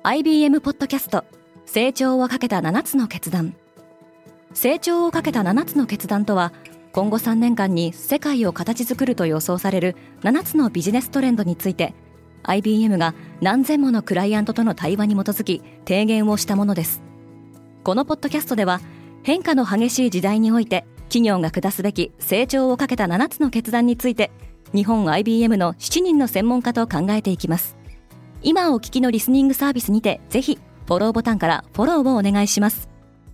IBM ポッドキャスト成長をかけた7つの決断。成長をかけた7つの決断とは、今後3年間に世界を形作ると予想される7つのビジネストレンドについて IBM が何千ものクライアントとの対話に基づき提言をしたものです。このポッドキャストでは、変化の激しい時代において企業が下すべき成長をかけた7つの決断について、日本 IBM の7人の専門家と考えていきます。今お聞きのリスニングサービスにて、ぜひフォローボタンからフォローをお願いします。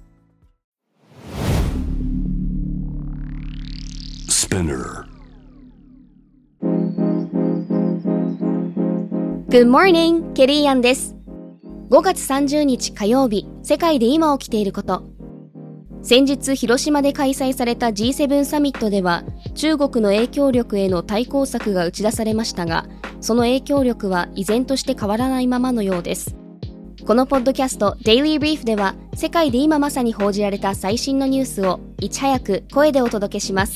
Good morning! ケリーアンです。5月30日火曜日、世界で今起きていること。先日広島で開催された G7 サミットでは、中国の影響力への対抗策が打ち出されましたが、その影響力は依然として変わらないままのようです。このポッドキャスト Daily Brief では、世界で今まさに報じられた最新のニュースをいち早く声でお届けします。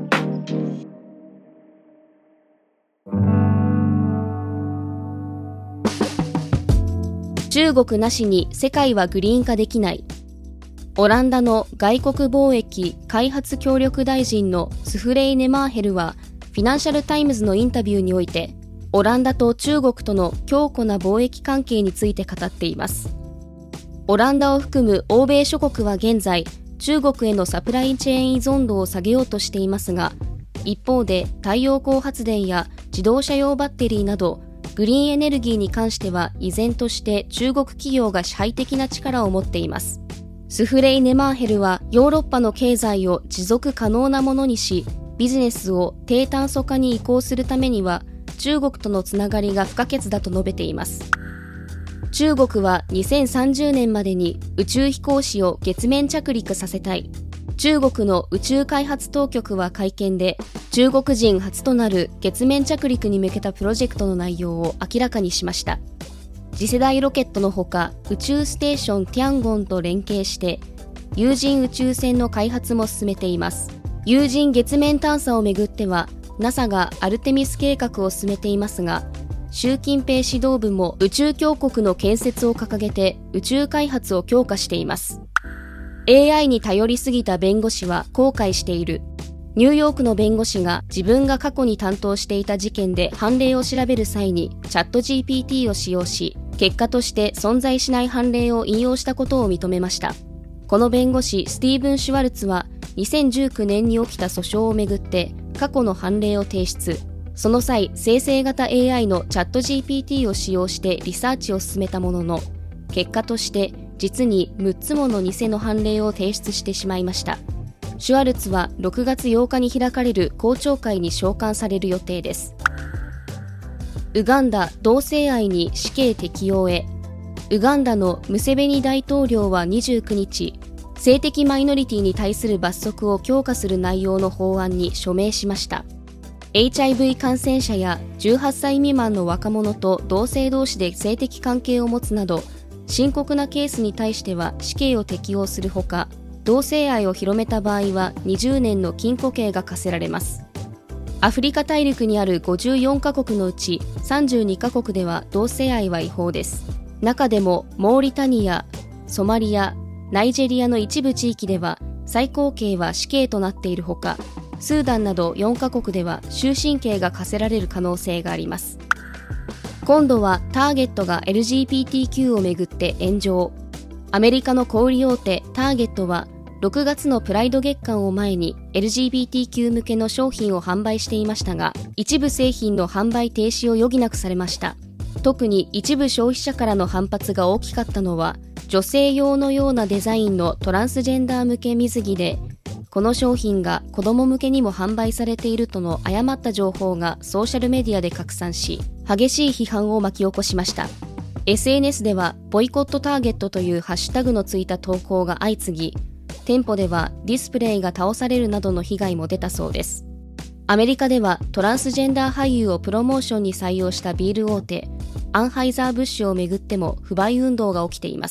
中国なしに世界はグリーン化できない。オランダの外国貿易開発協力大臣のスフレイ・ネマーヘルは、フィナンシャルタイムズのインタビューにおいて、オランダと中国との強固な貿易関係について語っています。オランダを含む欧米諸国は現在、中国へのサプライチェーン依存度を下げようとしていますが、一方で太陽光発電や自動車用バッテリーなど、グリーンエネルギーに関しては依然として中国企業が支配的な力を持っています。スフレイ・ネマーヘルは、ヨーロッパの経済を持続可能なものにし、ビジネスを低炭素化に移行するためには、中国とのつながりが不可欠だと述べています。中国は2030年までに宇宙飛行士を月面着陸させたい。中国の宇宙開発当局は会見で、中国人初となる月面着陸に向けたプロジェクトの内容を明らかにしました。次世代ロケットのほか、宇宙ステーションティアンゴンと連携して、有人宇宙船の開発も進めています。有人月面探査をめぐっては、NASA がアルテミス計画を進めていますが、習近平指導部も宇宙強国の建設を掲げて宇宙開発を強化しています。AI に頼りすぎた弁護士は後悔している。ニューヨークの弁護士が自分が過去に担当していた事件で判例を調べる際にチャット GPT を使用し、結果として存在しない判例を引用したことを認めました。この弁護士スティーブン・シュワルツは2019年に起きた訴訟をめぐって過去の判例を提出。その際、生成型 AI のチャット GPT を使用してリサーチを進めたものの、結果として実に6つもの偽の判例を提出してしまいました。シュワルツは6月8日に開かれる公聴会に召喚される予定です。ウガンダ同性愛に死刑適用へ。ウガンダのムセベニ大統領は29日、性的マイノリティに対する罰則を強化する内容の法案に署名しました。HIV 感染者や18歳未満の若者と同性同士で性的関係を持つなど、深刻なケースに対しては死刑を適用するほか、同性愛を広めた場合は20年の禁錮刑が課せられます。アフリカ大陸にある54カ国のうち32カ国では同性愛は違法です。中でもモーリタニア、ソマリア、ナイジェリアの一部地域では最高刑は死刑となっているほか、スーダンなど4カ国では終身刑が課せられる可能性があります。今度はターゲットが LGBTQ をめぐって炎上。アメリカの小売大手ターゲットは6月のプライド月間を前に LGBTQ 向けの商品を販売していましたが、一部製品の販売停止を余儀なくされました。特に一部消費者からの反発が大きかったのは、女性用のようなデザインのトランスジェンダー向け水着で、この商品が子供向けにも販売されているとの誤った情報がソーシャルメディアで拡散し、激しい批判を巻き起こしました。SNS ではボイコットターゲットというハッシュタグのついた投稿が相次ぎ、店舗ではディスプレイが倒されるなどの被害も出たそうです。アメリカではトランスジェンダー俳優をプロモーションに採用したビール大手アンハイザー・ブッシュをめぐっても不買運動が起きています。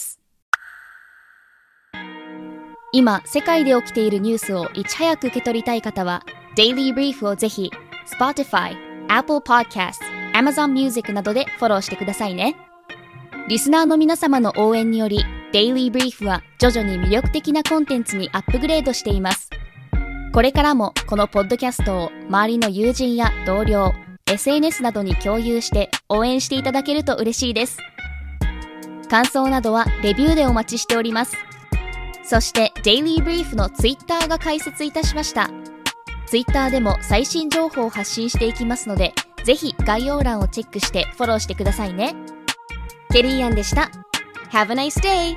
今世界で起きているニュースをいち早く受け取りたい方は Daily Brief をぜひ Spotify、Apple Podcast、Amazon Music などでフォローしてくださいね。 リスナーの皆様の応援により、デイリーブリーフは徐々に魅力的なコンテンツにアップグレードしています。これからもこのポッドキャストを周りの友人や同僚、SNS などに共有して応援していただけると嬉しいです。感想などはレビューでお待ちしております。そしてデイリーブリーフのツイッターが開設いたしました。ツイッターでも最新情報を発信していきますので、ぜひ概要欄をチェックしてフォローしてくださいね。ケリーアンでした。Have a nice day!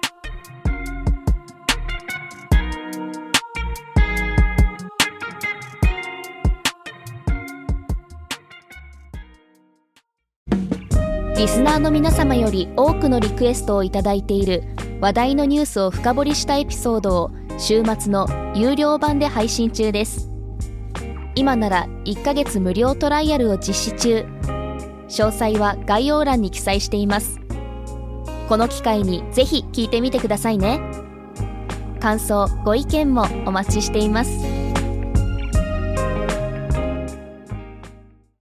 リスナーの皆様より多くのリクエストをいただいている話題のニュースを深掘りしたエピソードを週末の有料版で配信中です。今なら1ヶ月無料トライアルを実施中。詳細は概要欄に記載しています。この機会にぜひ聞いてみてくださいね。感想、ご意見もお待ちしています。